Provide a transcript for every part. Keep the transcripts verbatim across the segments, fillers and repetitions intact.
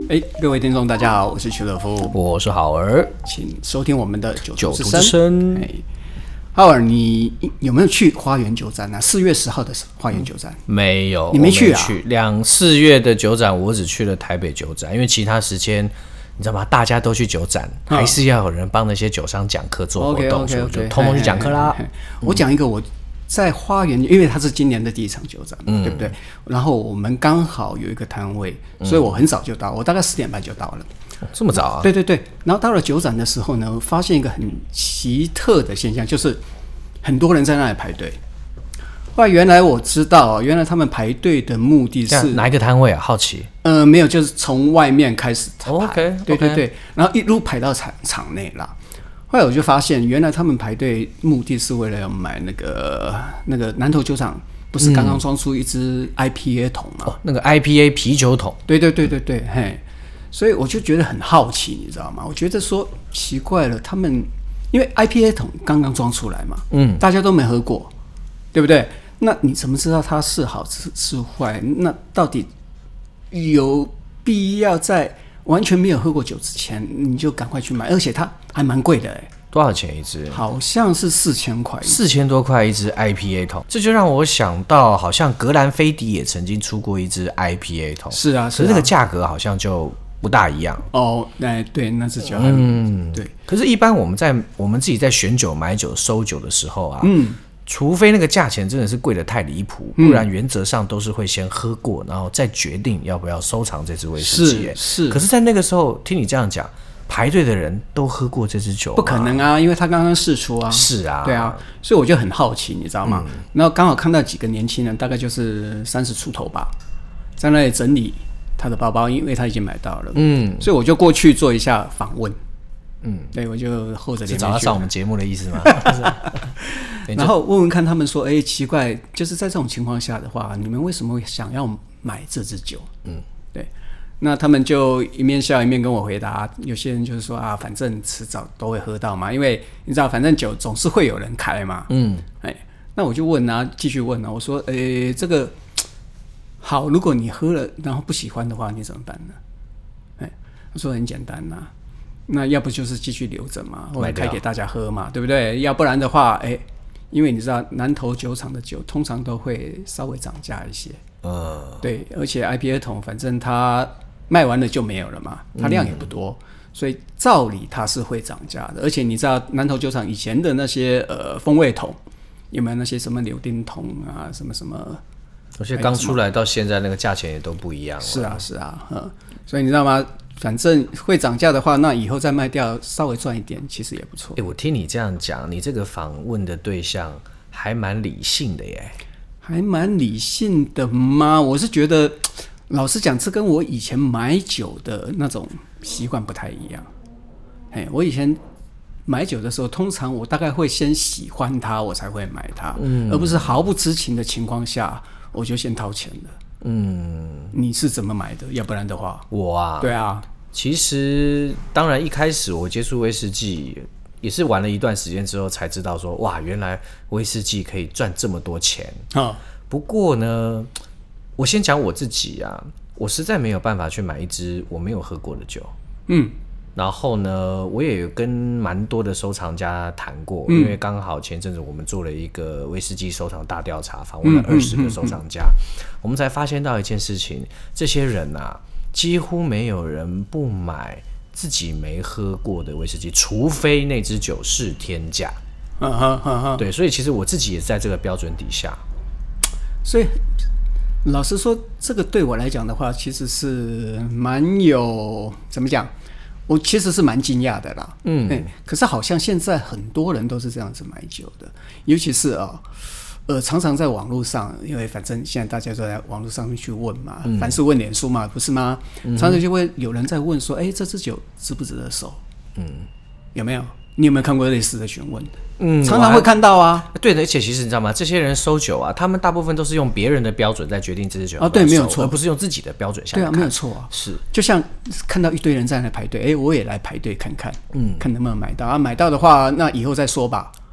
哎，各位听众，大家好，我是邱乐夫， 我是好儿， 请收听我们的酒酒徒之声。 哎，浩尔，你有没有去花园酒展啊？四月十号的花园酒展、 嗯、没有， 你没去啊？ 去两四月的酒展，我只去了台北酒展，因为其他时间你知道吗？大家都去酒展，嗯、还是要有人帮那些酒商讲课做活动， okay, okay, okay, 所以我就通通去讲课啦。 嘿嘿嘿嘿我讲一个我。在花园，因为它是今年的第一场酒展，嗯、对不对？然后我们刚好有一个摊位，所以我很早就到，我大概十点半就到了。 哦、这么早啊？ 对对对。然后到了酒展的时候呢，发现一个很奇特的现象，就是很多人在那里排队。后来原来我知道，原来他们排队的目的是哪一个摊位啊？好奇。 呃，没有，就是从外面开始排。 哦、OK， 对对对，然后一路排到场场内啦。后来我就发现，原来他们排队目的是为了要买那个那个南投酒厂，不是刚刚装出一支 I P A 桶吗、 嗯哦？那个 I P A 啤酒桶。 对对对对对，嘿，所以我就觉得很好奇，你知道吗？我觉得说奇怪了，他们因为 I P A 桶刚刚装出来嘛，嗯，大家都没喝过，对不对？那你怎么知道它是好是是坏？那到底有必要在完全没有喝过酒之前你就赶快去买？而且它还蛮贵的哎、欸。 多少钱一支？ 好像是四千块， 四千多块一支 I P A 桶，这就让我想到，好像格兰菲迪也曾经出过一支 I P A 桶。 是啊，是啊， 可是那个价格好像就不大一样。 哦，那对，那是叫嗯， 对。 可是，一般我们在我们自己在选酒、买酒、收酒的时候啊，嗯，除非那个价钱真的是贵得太离谱，不然原则上都是会先喝过，然后再决定要不要收藏这支威士忌。 是，是。 可是，在那个时候，听你这样讲。排队的人都喝过这支酒， 不可能啊，因为他刚刚释出啊。 是啊， 对啊，所以我就很好奇，你知道吗？嗯、然后刚好看到几个年轻人，大概就是三十出头吧，在那里整理他的包包，因为他已经买到了。嗯，所以我就过去做一下访问。嗯，对，我就厚着脸皮找他上我们节目的意思吗？ 然后问问看他们说，哎，奇怪，就是在这种情况下的话，你们为什么会想要买这支酒？嗯，对。那他们就一面笑一面跟我回答，有些人就是说啊，反正迟早都会喝到嘛，因为你知道，反正酒总是会有人开嘛。嗯，哎，那我就问啊，继续问啊，我说，诶，这个好，如果你喝了然后不喜欢的话，你怎么办呢？哎，他说很简单呐、啊，那要不就是继续留着嘛，或者开给大家喝嘛，对不对？要不然的话，哎，因为你知道南投酒厂的酒通常都会稍微涨价一些。呃，对，而且 I P A 桶反正它卖完了就没有了嘛，它量也不多，嗯、所以照理它是会涨价的。而且你知道南投酒厂以前的那些呃风味桶，有没有那些什么柳丁桶啊，什么什么？ 而且刚出来到现在那个价钱也都不一样了。 是啊，是啊，嗯，所以你知道吗？反正会涨价的话，那以后再卖掉，稍微赚一点，其实也不错。 哎，我听你这样讲，你这个访问的对象还蛮理性的耶。 还蛮理性的吗？我是觉得，老实讲，这跟我以前买酒的那种习惯不太一样。嘿，我以前买酒的时候，通常我大概会先喜欢它，我才会买它，嗯、而不是毫不知情的情况下，我就先掏钱了。嗯，你是怎么买的？要不然的话， 我啊， 对啊， 其实当然一开始我接触威士忌。也是玩了一段时间之后才知道说，哇，原来威士忌可以赚这么多钱。哦、不过呢，我先讲我自己啊，我实在没有办法去买一支我没有喝过的酒。嗯，然后呢，我也有跟蛮多的收藏家谈过，嗯、因为刚好前阵子我们做了一个威士忌收藏大调查，访问了二十个收藏家，嗯嗯嗯嗯、我们才发现到一件事情，这些人啊，几乎没有人不买。自己没喝过的威士忌，除非那支酒是天价。嗯哼哼哼，对，所以其实我自己也在这个标准底下。 所以老实说，这个对我来讲的话，其实是蛮有怎么讲？我其实是蛮惊讶的啦。嗯、欸，可是好像现在很多人都是这样子买酒的，尤其是啊、哦。呃，常常在网络上，因为反正现在大家都在网络上面去问嘛，嗯、凡是问脸书嘛，不是吗？嗯、常常就会有人在问说，哎，这支酒值不值得收？嗯，有没有？你有没有看过类似的询问？嗯，常常会看到啊。 对的，而且其实你知道吗？这些人收酒啊，他们大部分都是用别人的标准在决定这支酒啊，对，没有错， 而不是用自己的标准下来看。 对啊，没有错啊。 是， 就像看到一堆人在那排队，哎，我也来排队看看，嗯，看能不能买到啊。买到的话，那以后再说吧。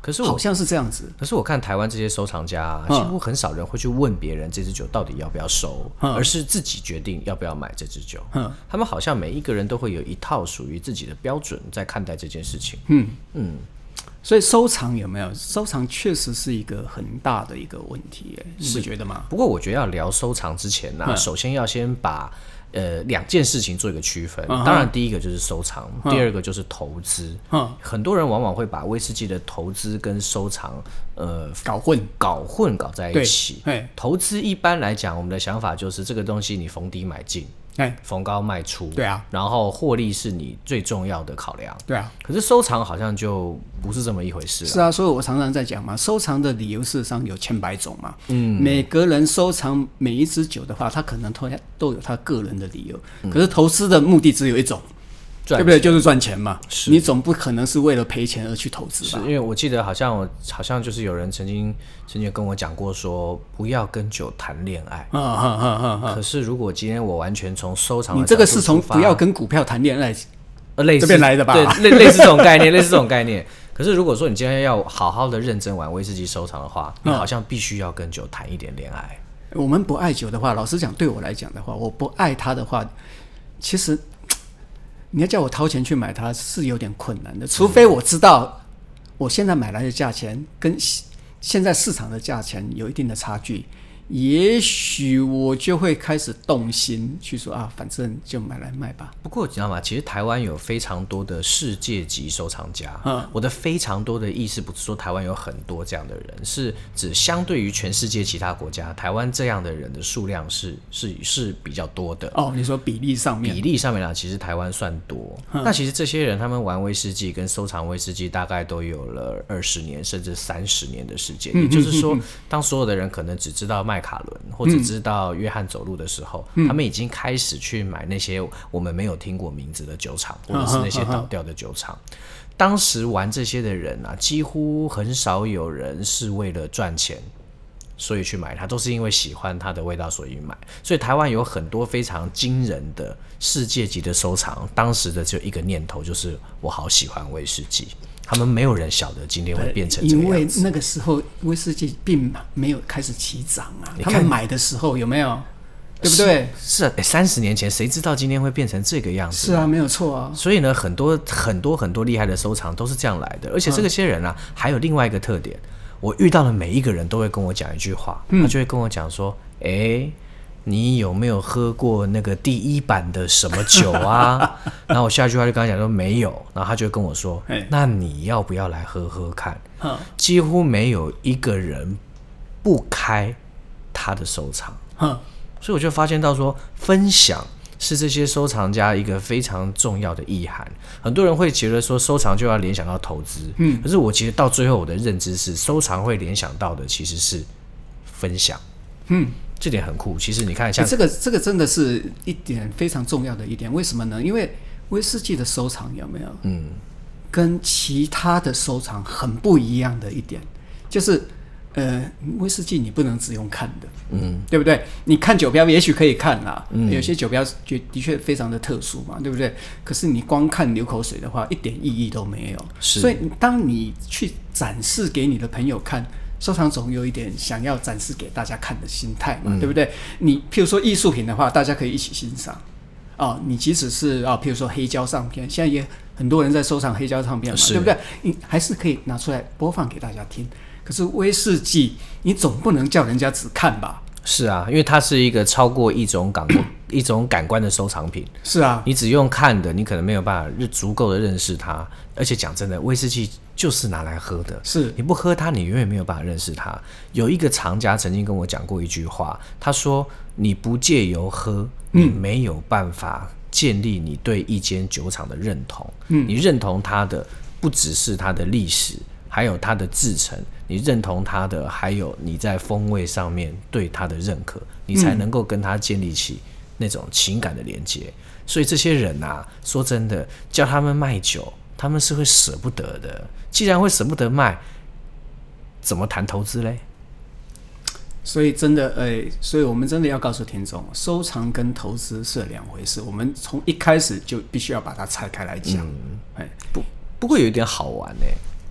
可是好像是这样子。 可是我看台湾这些收藏家、啊，几乎很少人会去问别人这支酒到底要不要收，嗯、而是自己决定要不要买这支酒。嗯、他们好像每一个人都会有一套属于自己的标准在看待这件事情。嗯嗯。 所以收藏有没有？收藏确实是一个很大的一个问题，你不觉得吗？ 不过我觉得要聊收藏之前呢、啊，首先要先把呃两件事情做一个区分。嗯、当然，第一个就是收藏，嗯、第二个就是投资。嗯、很多人往往会把威士忌的投资跟收藏呃搞混、 搞混、搞在一起。投资一般来讲，我们的想法就是这个东西你逢低买进。逢高卖出， 对啊， 然后获利是你最重要的考量， 对啊。 可是收藏好像就不是这么一回事了。 是啊，所以我常常在讲嘛，收藏的理由事实上有千百种嘛。嗯，每个人收藏每一支酒的话，他可能都都有他个人的理由。嗯、可是投资的目的只有一种。对不对？就是赚钱嘛。你总不可能是为了赔钱而去投资吧？ 是因为我记得好像我好像就是有人曾经曾经跟我讲过说，不要跟酒谈恋爱。啊啊啊啊啊！可是如果今天我完全从收藏的角度出发， 你这个是从不要跟股票谈恋爱类似这边来的吧？ 对，类类似这种概念，类似这种概念。可是如果说你今天要好好的认真玩威士忌收藏的话，你好像必须要跟酒谈一点恋爱。 我们不爱酒的话，老实讲，对我来讲的话，我不爱它的话，其实。你要叫我掏钱去买它是有点困难的，除非我知道我现在买来的价钱跟现在市场的价钱有一定的差距，也许我就会开始动心去说啊，反正就买来卖吧。 不过你知道吗？其实台湾有非常多的世界级收藏家。嗯，我的非常多的意思不是说台湾有很多这样的人，是指相对于全世界其他国家，台湾这样的人的数量是是是比较多的。 哦，你说比例上面？ 比例上面啦，其实台湾算多。嗯、那其实这些人他们玩威士忌跟收藏威士忌大概都有了二十年甚至三十年的时间。嗯、也就是说，当所有的人可能只知道麦卡伦或者知道约翰走路的时候，嗯、他们已经开始去买那些我们没有听过名字的酒厂，或者是那些倒掉的酒厂。当时玩这些的人啊，几乎很少有人是为了赚钱所以去买它，都是因为喜欢它的味道所以买。所以台湾有很多非常惊人的世界级的收藏，当时的只有一个念头，就是我好喜欢威士忌。他们没有人晓得今天会变成这个样子， 因为那个时候威士忌并没有开始起涨啊。他们买的时候有没有？对不对？ 是啊，三十年前谁知道今天会变成这个样子？ 是啊，没有错啊。 所以呢，很多很多很多厉害的收藏都是这样来的。而且这些人啊，嗯、还有另外一个特点，我遇到的每一个人都会跟我讲一句话，嗯、他就会跟我讲说：“哎。”你有没有喝过那个第一版的什么酒啊？然后我下一句话就跟他讲说没有，然后他就会跟我说，那你要不要来喝喝看？几乎没有一个人不开他的收藏，所以我就发现到说，分享是这些收藏家一个非常重要的意涵。很多人会觉得说收藏就要联想到投资，嗯，可是我其实到最后我的认知是，收藏会联想到的其实是分享，嗯。这点很酷，其实你看像、 欸、这个这个真的是一点非常重要的一点，为什么呢？因为威士忌的收藏有没有，嗯，跟其他的收藏很不一样的一点，就是呃，威士忌你不能只用看的，嗯，对不对？你看酒标也许可以看啦，嗯、有些酒标的确非常的特殊嘛，对不对？可是你光看流口水的话，一点意义都没有。所以当你去展示给你的朋友看。收藏总有一点想要展示给大家看的心态嘛，嗯、对不对？你譬如说艺术品的话，大家可以一起欣赏。哦，你即使是啊，譬如说黑胶唱片，现在也很多人在收藏黑胶唱片嘛，对不对？你还是可以拿出来播放给大家听。可是威士忌，你总不能叫人家只看吧？ 是啊，因为它是一个超过一种感一种感官的收藏品。 是啊， 你只用看的，你可能没有办法足够的认识它。而且讲真的，威士忌就是拿来喝的， 是你不喝它，你永远没有办法认识它。有一个藏家曾经跟我讲过一句话，他说：“你不借由喝，你没有办法建立你对一间酒厂的认同。嗯，你认同它的不只是它的历史，还有它的制程，你认同它的，还有你在风味上面对它的认可，你才能够跟它建立起那种情感的连接。所以这些人啊，说真的，叫他们卖酒。”他们是会舍不得的，既然会舍不得卖，怎么谈投资嘞？ 所以真的，呃，所以我们真的要告诉听众，收藏跟投资是两回事。我们从一开始就必须要把它拆开来讲。嗯、 不不过有一点好玩呢、欸，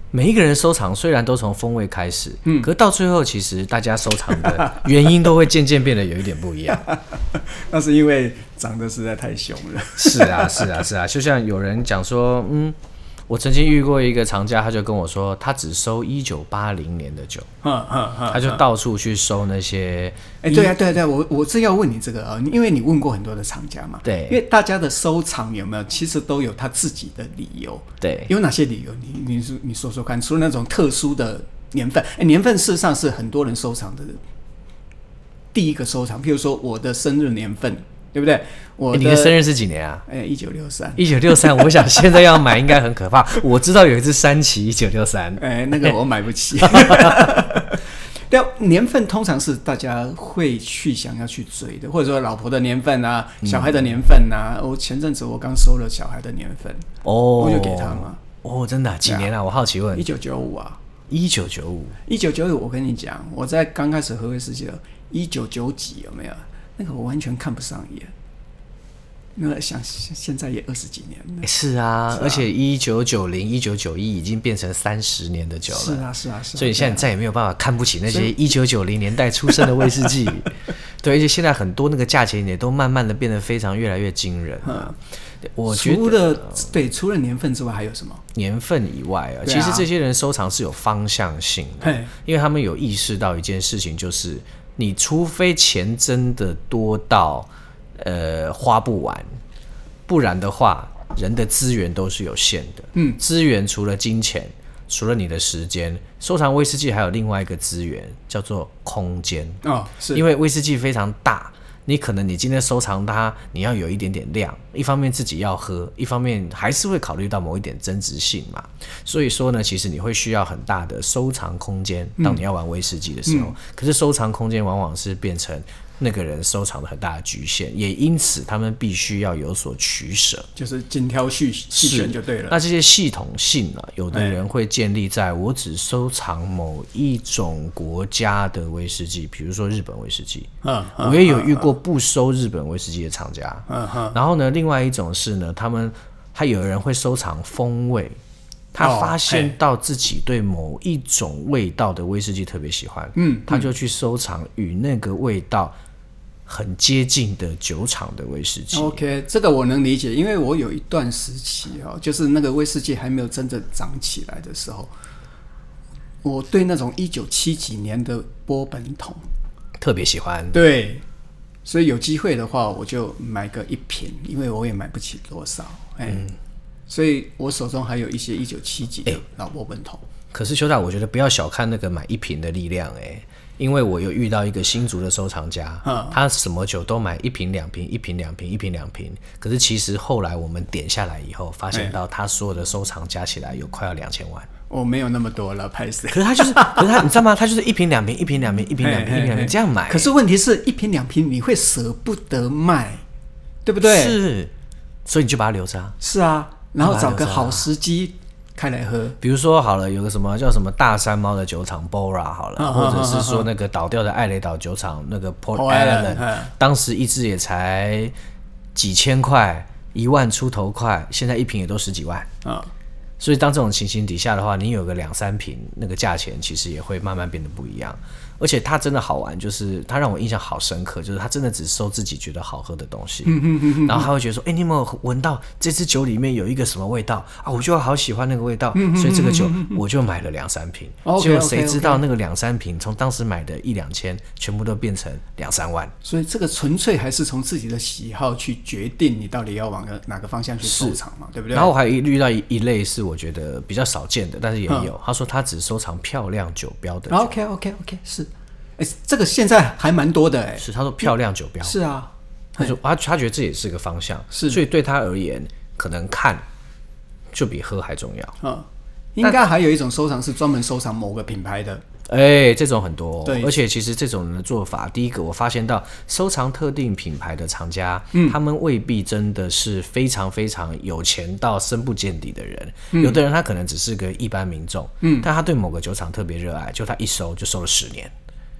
每一个人收藏虽然都从风味开始，嗯，可是到最后其实大家收藏的原因都会渐渐变得有一点不一样。 那是因为长得实在太凶了。 是啊，是啊，是啊，就像有人讲说，嗯，我曾经遇过一个藏家，他就跟我说，他只收一九八零年的酒，他就到处去收那些。 哎、欸，对啊，对啊，对啊，我我正要问你这个啊，因为你问过很多的藏家嘛， 对， 因为大家的收藏有没有，其实都有他自己的理由， 对， 有哪些理由？你你你说说看，除了那种特殊的年份，哎、欸，年份事实上是很多人收藏的第一个收藏，譬如说我的生日年份。对不对？我的、欸、你的生日是几年啊？ 哎，一九六三。 一九六三，我想现在要买应该很可怕。我知道有一只三旗一九六三， 哎，那个我买不起。对，年份通常是大家会去想要去追的，或者说老婆的年份啊，小孩的年份啊。嗯、我前阵子我刚收了小孩的年份，哦，我就给他嘛。 哦，真的、啊？几年啊？我好奇问。 一九九五啊。 一九九五。 一九九五，我跟你讲，我在刚开始喝威士忌的一九九几有没有？那个我完全看不上眼，那想现在也二十几年了。 是啊，是啊，而且一九九零、一九九一已经变成三十年的酒了。 是啊，是啊，是啊。 所以现在再也没有办法看不起那些一九九零年代出生的威士忌。对，而且现在很多那个价钱也都慢慢的变得非常越来越惊人。嗯，我觉得除了对除了年份之外还有什么？ 年份以外啊，其实这些人收藏是有方向性的，因为他们有意识到一件事情，就是你除非钱真的多到呃花不完，不然的话，人的资源都是有限的。嗯，资源除了金钱，除了你的时间，收藏威士忌还有另外一个资源叫做空间。哦，是因为威士忌非常大。你可能你今天收藏它，你要有一点点量，一方面自己要喝，一方面还是会考虑到某一点增值性嘛。所以说呢，其实你会需要很大的收藏空间，当你要玩威士忌的时候。嗯、可是收藏空间往往是变成那个人收藏的很大的局限，也因此他们必须要有所取舍， 就是精挑细细选就对了。 那这些系统性呢、啊，有的人会建立在我只收藏某一种国家的威士忌，比如说日本威士忌。嗯，我也有遇过不收日本威士忌的厂家。嗯哼。然后呢，另外一种是呢，他们还有人会收藏风味。他发现到自己对某一种味道的威士忌特别喜欢，嗯，他就去收藏与那个味道很接近的酒厂的威士忌。 OK， 这个我能理解，因为我有一段时期哦，就是那个威士忌还没有真正长起来的时候，我对那种一九七几年的波本桶特别喜欢。 对，所以有机会的话，我就买个一瓶，因为我也买不起多少，哎。嗯，所以我手中还有一些一九七几的老波本桶。 可是邱大，我觉得不要小看那个买一瓶的力量哎、欸，因为我有遇到一个新竹的收藏家，嗯、他什么酒都买一瓶两瓶，一瓶两瓶，一瓶两瓶。可是其实后来我们点下来以后，发现到他所有的收藏加起来有快要两千万。 我、哦、没有那么多了，拍死。 可是他就是，可是他你知道吗？他就是一瓶两瓶，一瓶两瓶，一瓶两瓶，一瓶两瓶这样买。 可是问题是一瓶两瓶你会舍不得卖，对不对？ 是，所以你就把它留着啊。 是啊。然后找个好时机开来喝， 比如说好了，有个什么叫什么大山猫的酒厂 Bora 好了，嗯、或者是说那个倒掉的艾雷岛酒厂那个 Port Ellen，、嗯、当时一支也才几千块，一万出头块，现在一瓶也都十几万。嗯，所以当这种情形底下的话，你有个两三瓶，那个价钱其实也会慢慢变得不一样。而且它真的好玩，就是它让我印象好深刻，就是它真的只收自己觉得好喝的东西，然后他会觉得说，哎、欸，你有没有闻到这支酒里面有一个什么味道啊？我就好喜欢那个味道，所以这个酒我就买了两三瓶。结果谁知道那个两三瓶从当时买的一两千，全部都变成两三万。 所以这个纯粹还是从自己的喜好去决定你到底要往哪个方向去收藏嘛，对不对？ 然后我还遇到一类是我觉得比较少见的，但是也有，嗯、他说他只收藏漂亮酒标的酒。 OK OK OK 是。欸、这个现在还蛮多的哎、欸， 是他说漂亮酒标， 是啊， 他说他他觉得这也是个方向，是，所以对他而言，可能看就比喝还重要。 嗯，应该还有一种收藏是专门收藏某个品牌的， 哎、欸，这种很多，对，而且其实这种人的做法，第一个我发现到收藏特定品牌的藏家，嗯，他们未必真的是非常非常有钱到深不见底的人，嗯、有的人他可能只是个一般民众，嗯，但他对某个酒厂特别热爱，就他一收就收了十年。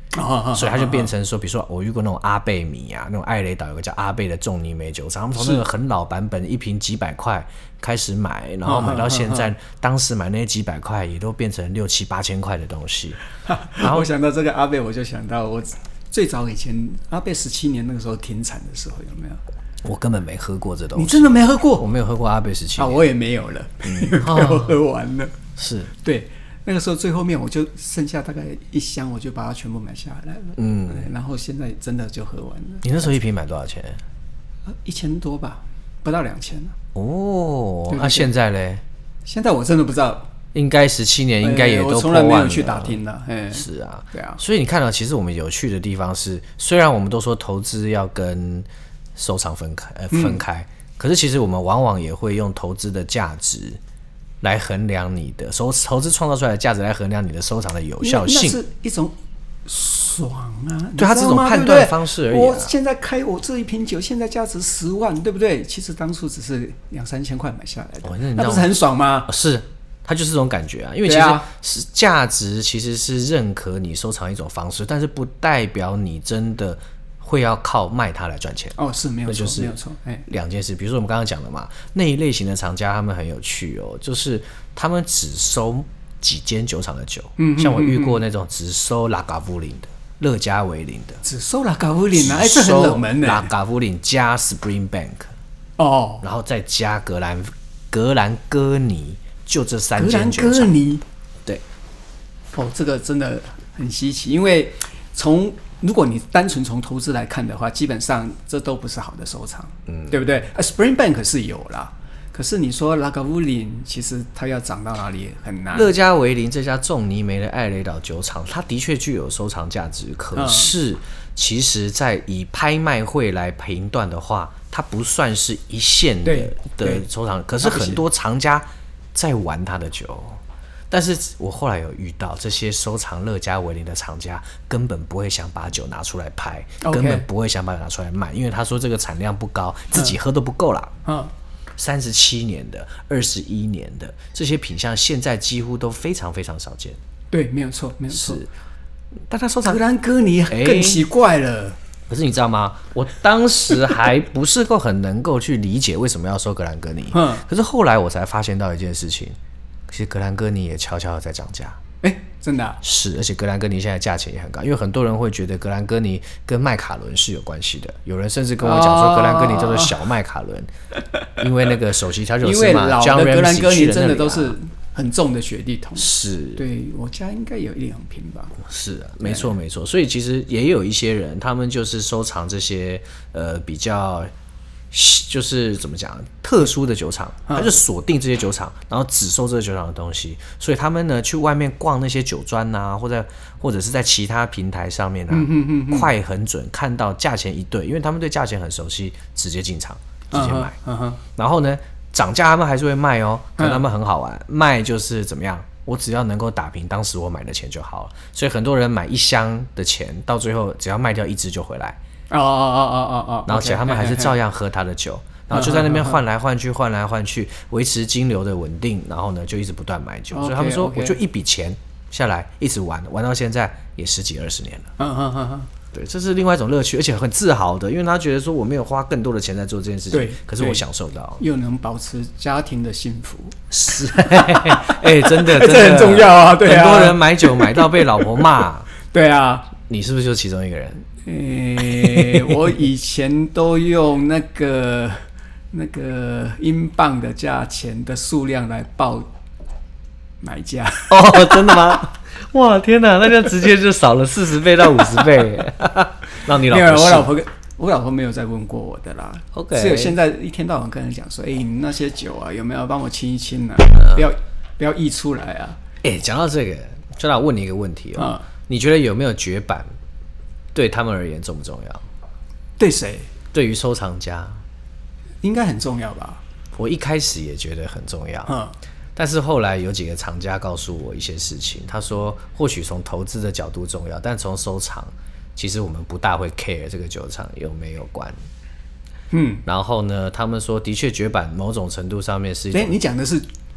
哦、所以它就变成说，比如说我遇过那种阿贝米啊，那种艾雷岛有个叫阿贝的重泥煤酒厂，他们从那个很老版本一瓶几百块开始买，然后买到现在，当时买那些几百块也都变成六七八千块的东西。 然后我想到这个阿贝，我就想到我最早以前阿贝十七年那个时候停产的时候，有没有？ 我根本没喝过这东西。 你真的没喝过？ 我没有喝过阿贝十七年。 啊，我也没有了，嗯、被我喝完了。 是， 对。那个时候最后面我就剩下大概一箱，我就把它全部买下来了。嗯，然后现在真的就喝完了。 你那时候一瓶买多少钱？ 一千多吧，不到两千了。 哦，那、啊、现在嘞？ 现在我真的不知道。 应该十七年应该也都破万了。 我从来没有去打听的。 是啊， 对啊。 所以你看到，其实我们有趣的地方是，虽然我们都说投资要跟收藏分开，呃，分开，嗯、可是其实我们往往也会用投资的价值来衡量你的收投资创造出来的价值来衡量你的收藏的有效性， 那是一种爽啊！ 对，它这种判断方式而已、啊。 我现在开我这一瓶酒，现在价值十万，对不对？其实当初只是两三千块买下来的，哦、那, 那不是很爽吗？ 是，它就是这种感觉啊。因为其实是价值其实是认可你收藏一种方式，但是不代表你真的会要靠卖它来赚钱。 哦，是没有错， 就是没有错。哎， 两件事，比如说我们刚刚讲的嘛，那一类型的厂家他们很有趣哦，就是他们只收几间酒厂的酒，嗯，像我遇过那种只收拉嘎夫林的、乐加维林的， 只收拉嘎夫林啊，哎，这很冷门的。 拉嘎夫林加 Springbank， 哦， 然后再加格兰格兰哥尼，就这三间酒厂。 格兰哥尼， 对， 哦，这个真的很稀奇，因为从如果你单纯从投资来看的话，基本上这都不是好的收藏，嗯，对不对？啊 ，Springbank 是有啦，可是你说拉嘎夫林，其实它要涨到哪里很难。 乐加维林这家重泥煤的艾雷岛酒厂，它的确具有收藏价值，可是其实在以拍卖会来评断的话，它不算是一线的的收藏。可是很多藏家在玩它的酒。但是我后来有遇到这些收藏乐加维林的厂家，根本不会想把酒拿出来拍， okay. 根本不会想把酒拿出来卖，因为他说这个产量不高，自己喝都不够啦。嗯，三十七年的、二十一年的这些品相，现在几乎都非常非常少见。 对，没有错，没有错。 是，但他收藏格兰哥尼更奇怪了。欸、 可是你知道吗？我当时还不是够很能够去理解为什么要收格兰哥尼。嗯，可是后来我才发现到一件事情。其实格兰哥尼也悄悄的在涨价， 哎，真的、啊、 是，而且格兰哥尼现在价钱也很高，因为很多人会觉得格兰哥尼跟麦卡伦是有关系的，有人甚至跟我讲说格兰哥尼叫做小麦卡伦，哦、因为那个首席调酒师嘛， 因为老的格兰哥尼真的都是很重的雪地桶， 是， 对我家应该有一两瓶吧， 是啊，没错没错，所以其实也有一些人，他们就是收藏这些呃比较。就是怎么讲，特殊的酒厂，他就锁定这些酒厂，然后只收这个酒厂的东西，所以他们呢去外面逛那些酒庄啊，或者或者是在其他平台上面啊，嗯嗯嗯嗯快很准看到价钱一对，因为他们对价钱很熟悉，直接进场直接买，嗯嗯、然后呢涨价他们还是会卖哦，可是他们很好玩，嗯、卖就是怎么样，我只要能够打平当时我买的钱就好了，所以很多人买一箱的钱，到最后只要卖掉一支就回来。 哦哦哦哦哦哦， 然后且他们还是照样喝他的酒，然后就在那边换来换去，换来换去，维持金流的稳定，然后呢就一直不断买酒，所以他们说我就一笔钱下来一直玩，玩到现在也十几二十年了。嗯嗯嗯嗯，对，这是另外一种乐趣，而且很自豪的，因为他觉得说我没有花更多的钱在做这件事情，对，可是我享受到， 又能保持家庭的幸福， 是，哎，真的，真的这很重要啊，对啊， 很多人买酒买到被老婆骂， 对啊， 你是不是就其中一个人？ 欸、我以前都用那个那个英镑的价钱的数量来报买价。 哦，真的吗？哇，天哪，那就直接就少了四十倍到五十倍，让你老婆。 没有，我老婆我老婆没有再问过我的啦。 OK， 只有现在一天到晚跟人讲说，哎、欸，你那些酒啊，有没有帮我清一清啊？不要不要溢出来啊！ 哎、欸，讲到这个，就让我问你一个问题哦，嗯、你觉得有没有绝版？对他们而言重不重要？ 对谁？ 对于收藏家， 应该很重要吧？ 我一开始也觉得很重要，嗯，但是后来有几个藏家告诉我一些事情，他说或许从投资的角度重要，但从收藏，其实我们不大会 care 这个酒厂有没有关。嗯，然后呢，他们说的确绝版某种程度上面是一种， 欸、你讲的是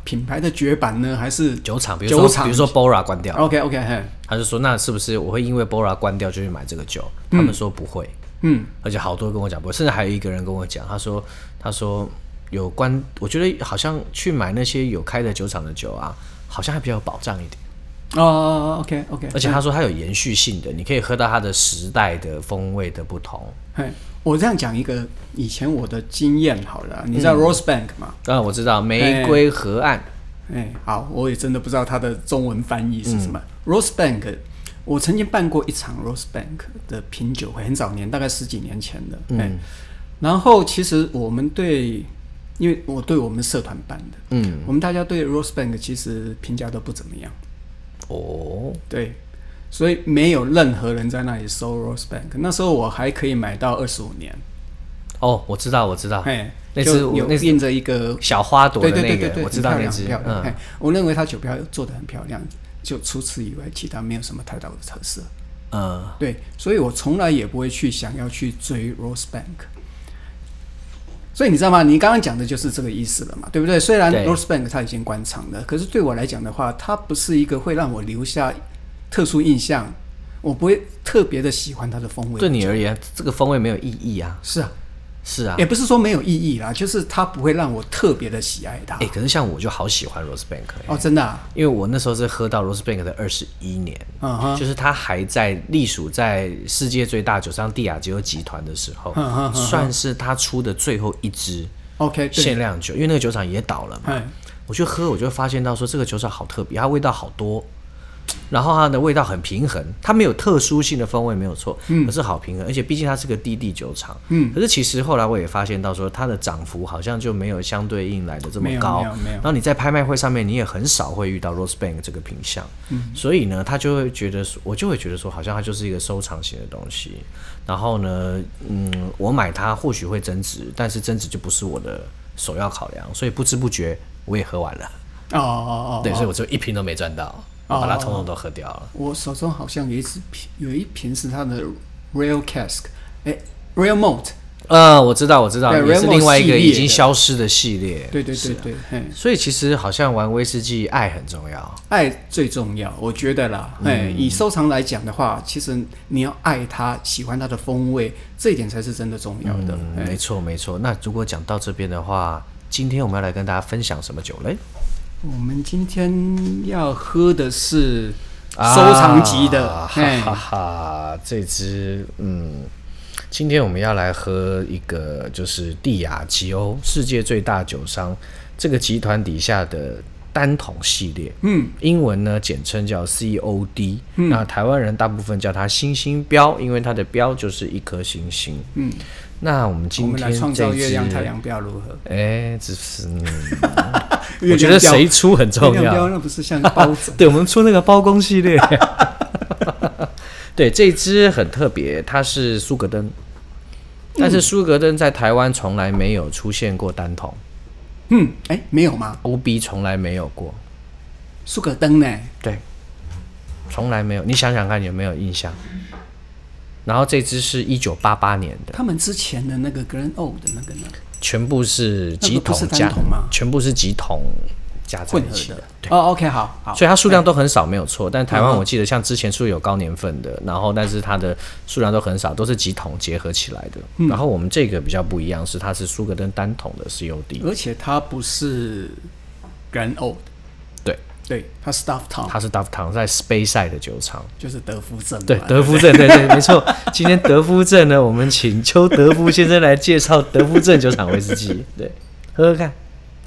品牌的绝版呢，还是酒厂？比如说，比如说 Bora 关掉 ，OK OK， 嘿， 他就说那是不是我会因为 Bora 关掉就去买这个酒？他们说不会，嗯，而且好多人跟我讲不会，甚至还有一个人跟我讲，他说他说有关，我觉得好像去买那些有开的酒厂的酒啊，好像还比较有保障一点。 哦 ，OK OK， 而且他说它有延续性的，你可以喝到它的时代的风味的不同。 嘿，我这样讲一个以前我的经验好了，你知道 Rosebank 吗？ 啊、嗯，我知道玫瑰河岸。 哎，好，我也真的不知道它的中文翻译是什么。嗯、Rosebank， 我曾经办过一场 Rosebank 的品酒会，很早年，大概十几年前的。嗯，然后其实我们对，因为我对我们社团办的，嗯，我们大家对 Rosebank 其实评价都不怎么样。哦，对，所以没有任何人在那里收 Rosebank。那时候我还可以买到二十五年。 哦，我知道，我知道， 哎， 那只有印着一个小花朵的那个， 对对对对对， 我知道那只。 嗯，我认为它酒标做得很漂亮，就除此以外，其他没有什么太大的特色。嗯，对，所以我从来也不会去想要去追 Rosebank。所以你知道吗？你刚刚讲的就是这个意思了嘛，对不对？虽然 Rosebank 它已经关厂了，可是对我来讲的话，它不是一个会让我留下特殊印象，我不会特别的喜欢它的风味。 对你而言，这个风味没有意义啊。 是啊， 是啊， 也不是说没有意义啦，就是它不会让我特别的喜爱它。 哎、欸，可是像我就好喜欢 Rosebank、欸、 哦，真的、啊， 因为我那时候是喝到 Rosebank 的二十一年，嗯哼，就是它还在隶属在世界最大酒商帝亚吉欧集团的时候，嗯哼，算是它出的最后一支 OK 限量酒，因为那个酒厂也倒了嘛。我去喝，我就发现到说这个酒厂好特别，它味道好多。然后它的味道很平衡，它没有特殊性的风味没有错，嗯，可是好平衡，而且毕竟它是个低地酒厂，嗯，可是其实后来我也发现到说它的涨幅好像就没有相对应来的这么高，没有没有。然后你在拍卖会上面你也很少会遇到 Rosebank 这个品项，嗯，所以呢，他就会觉得，我就会觉得说，好像它就是一个收藏型的东西。然后呢，嗯，我买它或许会增值，但是增值就不是我的首要考量，所以不知不觉我也喝完了。哦哦哦，对，所以我就一瓶都没赚到。我把它统统都喝掉了。 我手中好像有一支瓶，有一瓶是它的 Real Cask， 哎 ，Real Malt。 呃，我知道，我知道，也是另外一个已经消失的系列。 对对对对， 啊、所以其实好像玩威士忌，爱很重要， 爱最重要，我觉得啦。哎、嗯，以收藏来讲的话，其实你要爱它，喜欢它的风味，这一点才是真的重要的。 嗯、没错没错。那如果讲到这边的话，今天我们要来跟大家分享什么酒嘞？ 我们今天要喝的是收藏级的， 啊、哈哈哈！这支嗯，今天我们要来喝一个就是帝亚吉欧世界最大酒商这个集团底下的单桶系列，嗯，英文呢简称叫 C O D，嗯，那台湾人大部分叫它星星标，因为它的标就是一颗星星，嗯。那我们今天我们来创造月亮太阳标如何？ 哎，只是、嗯、我觉得谁出很重要。月亮标那不是像包子？ 对，我们出那个包公系列。对，这支很特别，它是苏格登，但是苏格登在台湾从来没有出现过单桶。 嗯，哎，没有吗 ？O B 从来没有过。 苏格登呢？ 对，从来没有。你想想看，有没有印象？然后这支是一九八八年的， 他们之前的那个 Glen Old 的那个呢， 全部是几桶加，全部是几桶加在一起的。 对哦 ，OK， 好，好， 所以它数量都很少，没有错。但台湾我记得像之前出有高年份的，然后但是它的数量都很少，都是几桶结合起来的。嗯、然后我们这个比较不一样，是它是苏格登单桶的 C O D， 而且它不是 Glen Old。对，它是 Duff Town， 它是 Duff Town 在 Speyside 的酒厂， 就是德夫镇。 对，德夫镇，对对，没错。今天德夫镇呢，我们请邱德夫先生来介绍德夫镇酒厂威士忌。对，喝喝看。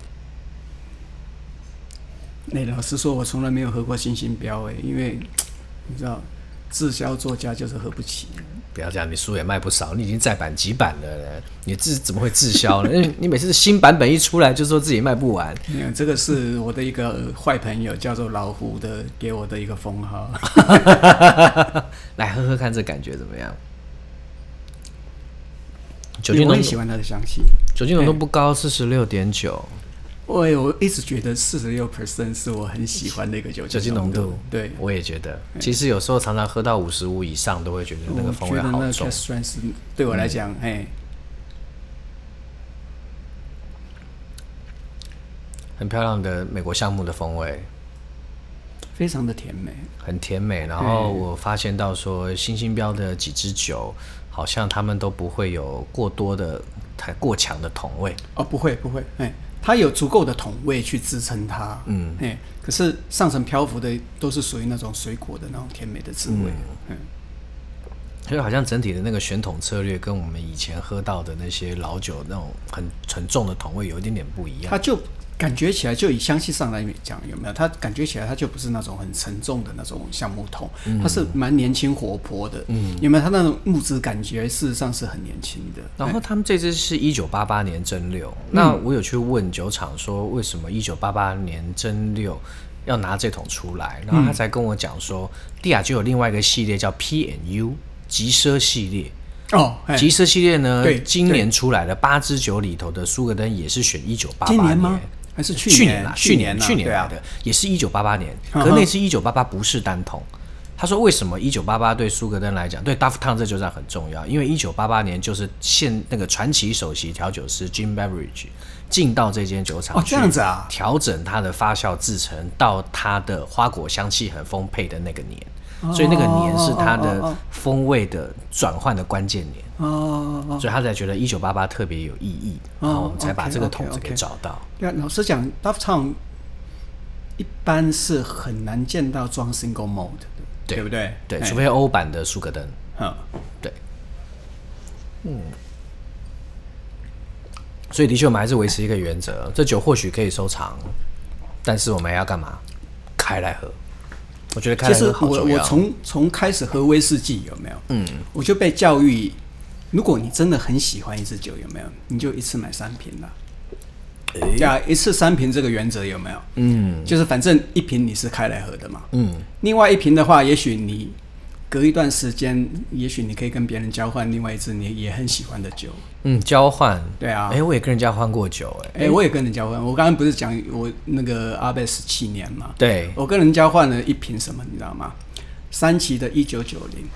那、欸、老实说，我从来没有喝过星星标诶，因为你知道，滞销作家就是喝不起。 不要这样，你书也卖不少，你已经再版几版了，你自怎么会滞销呢？你每次新版本一出来就说自己卖不完。 没有，这个是我的一个坏朋友，叫做老胡的，给我的一个封号。 来喝喝看，这感觉怎么样？ 酒精浓度，我也喜欢它的香气。 酒精浓度不高，四十六点九。 我我一直觉得四十六 percent 是我很喜欢的一个酒精浓度。对， 我也觉得。其实有时候常常喝到五十五以上，都会觉得那个风味好重。 我觉得那 Cask Strength 对我来讲，哎、嗯， 很漂亮的美国橡木的风味， 非常的甜美， 很甜美。然后我发现到说，星星标的几支酒，好像他们都不会有过多的、太过强的桶味。 哦，不会不会，哎，它有足够的桶味去支撑它。嗯，哎，可是上层漂浮的都是属于那种水果的那种甜美的滋味。嗯。嗯， 所以好像整体的那个选桶策略跟我们以前喝到的那些老酒那种很很重的桶味有一点点不一样。 它就感觉起来，就以香气上来讲，有没有？它感觉起来，它就不是那种很沉重的那种橡木桶，嗯、它是蛮年轻活泼的。嗯，有没有？它那种木质感觉，事实上是很年轻的。 然后他们这支是一九八八年蒸馏，嗯、那我有去问酒厂说，为什么一九八八年蒸馏要拿这桶出来？然后他才跟我讲说，帝亚就有另外一个系列叫 P and U。极奢系列哦， 极奢系列呢，今年出来的八支酒里头的苏格登也是选一九八八年， 今年吗？还是去年？ 去年啦，去年去年来的，也是一九八八年。可是那次一九八八不是单桶。他说为什么一九八八对苏格登来讲，对 Dufftown 这酒厂很重要？因为一九八八年就是现那个传奇首席调酒师 Jim Beveridge 进到这间酒厂哦，这样子啊， 调整它的发酵制成到它的花果香气很丰沛的那个年。所以那个年是它的风味的转换的关键年，哦，所以他才觉得一九八八特别有意义，然后我们才把这个桶子给找到。 对啊，老实讲 ，Dufftown 一般是很难见到装 single malt 的，对不对？ 对，除非欧版的苏格登。嗯，对，嗯，所以的确我们还是维持一个原则，这酒或许可以收藏，但是我们要干嘛？开来喝。我觉得开来喝好重要。 其实我我从从开始喝威士忌有没有？嗯，我就被教育，如果你真的很喜欢一支酒，有没有？你就一次买三瓶啦。对啊，一次三瓶这个原则有没有？嗯，就是反正一瓶你是开来喝的嘛。嗯，另外一瓶的话，也许你隔一段时间，也许你可以跟别人交换另外一支你也很喜欢的酒。 嗯，交换。 对啊。 哎、欸，我也跟人交换过酒、欸，哎， 哎，我也跟人交换。我刚刚不是讲我那个阿贝十七年嘛？ 对。 我跟人交换了一瓶什么，你知道吗？三旗的一九九零。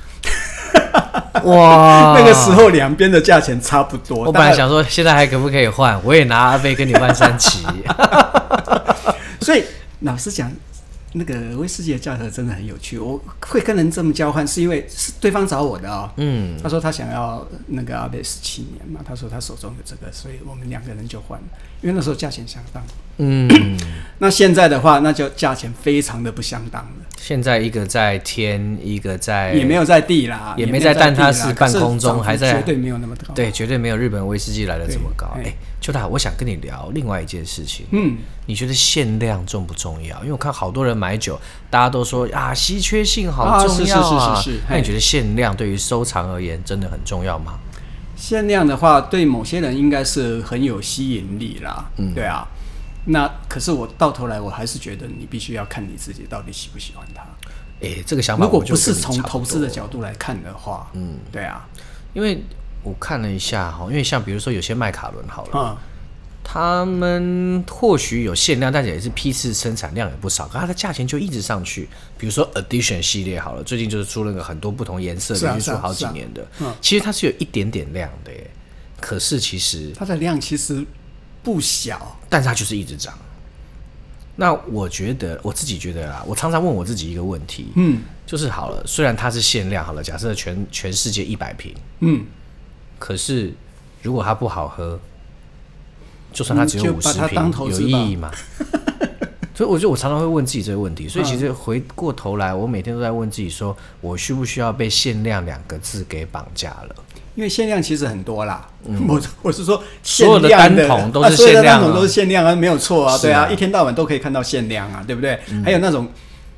哇，那个时候两边的价钱差不多。 我本来想说，现在还可不可以换？我也拿阿贝跟你换三旗。 所以老实讲，那个威士忌的价格真的很有趣。我会跟人这么交换，是因为是对方找我的哦。嗯，他说他想要那个阿贝十七年嘛，他说他手中有这个，所以我们两个人就换了。因为那时候价钱相当。嗯，那现在的话，那就价钱非常的不相当了。 现在一个在天，一个在也没有在地啦， 也没在蛋挞式半空中，还在绝对没有那么高， 对，绝对没有日本威士忌来的这么高。哎，邱大，我想跟你聊另外一件事情。嗯，你觉得限量重不重要？因为我看好多人买酒，大家都说啊，稀缺性好重要啊。是是是是是。那你觉得限量对于收藏而言真的很重要吗？ 限量的话，对某些人应该是很有吸引力啦。嗯，对啊。那可是我到头来，我还是觉得你必须要看你自己到底喜不喜欢它。 哎、欸，这个想法如果不是从投资的角度来看的话，嗯，对啊， 因为我看了一下哈，因为像比如说有些麦卡伦好了，嗯，他们或许有限量，但是也是批次生产量也不少，可它的价钱就一直上去。比如说 Edition 系列好了，最近就是出了个很多不同颜色，连续出好几年的，啊啊啊嗯、其实它是有一点点量的耶，可是其实它的量其实不小， 但是它就是一直涨。那我觉得我自己觉得啦，我常常问我自己一个问题，嗯，就是好了，虽然它是限量好了，假设全全世界一百瓶，嗯，可是如果它不好喝，就算它只有五十瓶，有意义吗？所以我觉得我常常会问自己这个问题，所以其实回过头来，我每天都在问自己说，我需不需要被限量两个字给绑架了？ 因为限量其实很多啦，嗯、我我是说所有的单桶都是限量、啊， 所有的单桶都是限量啊，没有错啊，对啊，一天到晚都可以看到限量啊，对不对？嗯、还有那种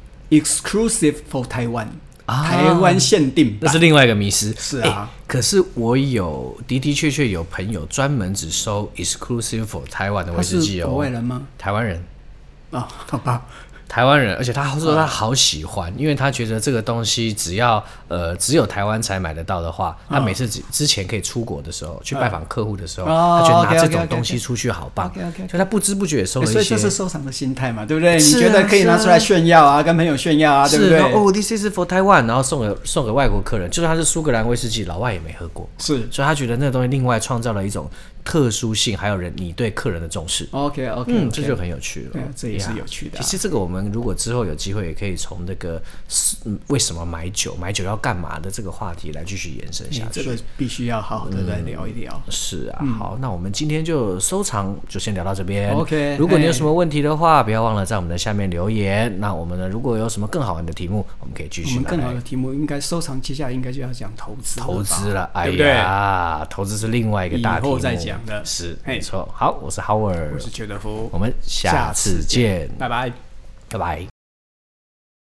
exclusive for Taiwan，、啊、台湾限定版， 那是另外一个迷思。 是啊、 欸，可是我有的的确确有朋友专门只收 exclusive for Taiwan 的威士忌哦， 他是国外人吗？ 台湾人啊、哦，好吧。 台湾人，而且他说他好喜欢，因为他觉得这个东西只要呃只有台湾才买得到的话，他每次之前可以出国的时候，去拜访客户的时候，他觉得拿这种东西出去好棒，所以他不知不觉也收了一些。 所以这是收藏的心态嘛，对不对？你觉得可以拿出来炫耀啊，跟朋友炫耀啊，对不对？ 哦 ，this is for Taiwan， 然后送给送给外国客人，就算他是苏格兰威士忌，老外也没喝过， 是， 所以他觉得那个东西另外创造了一种特殊性，还有人你对客人的重视。 OK OK， 嗯，这就很有趣了。 对，这也是有趣的、啊。 其实这个我们如果之后有机会，也可以从那个、嗯、为什么买酒、买酒要干嘛的这个话题来继续延伸下去。 这个必须要好好的来聊一聊。 嗯、是啊、嗯，好，那我们今天就收藏就先聊到这边。 OK， 如果你有什么问题的话，不要忘了在我们的下面留言。那我们呢，如果有什么更好玩的题目，我们可以继续。 我们更好的题目应该收藏，接下来应该就要讲投资。 投资了，哎呀， 对不对？ 投资是另外一个大题目， 以后再讲的。 是，没错。好，我是 Howard， 我是邱德福， 我们下次见， 拜拜， 拜拜。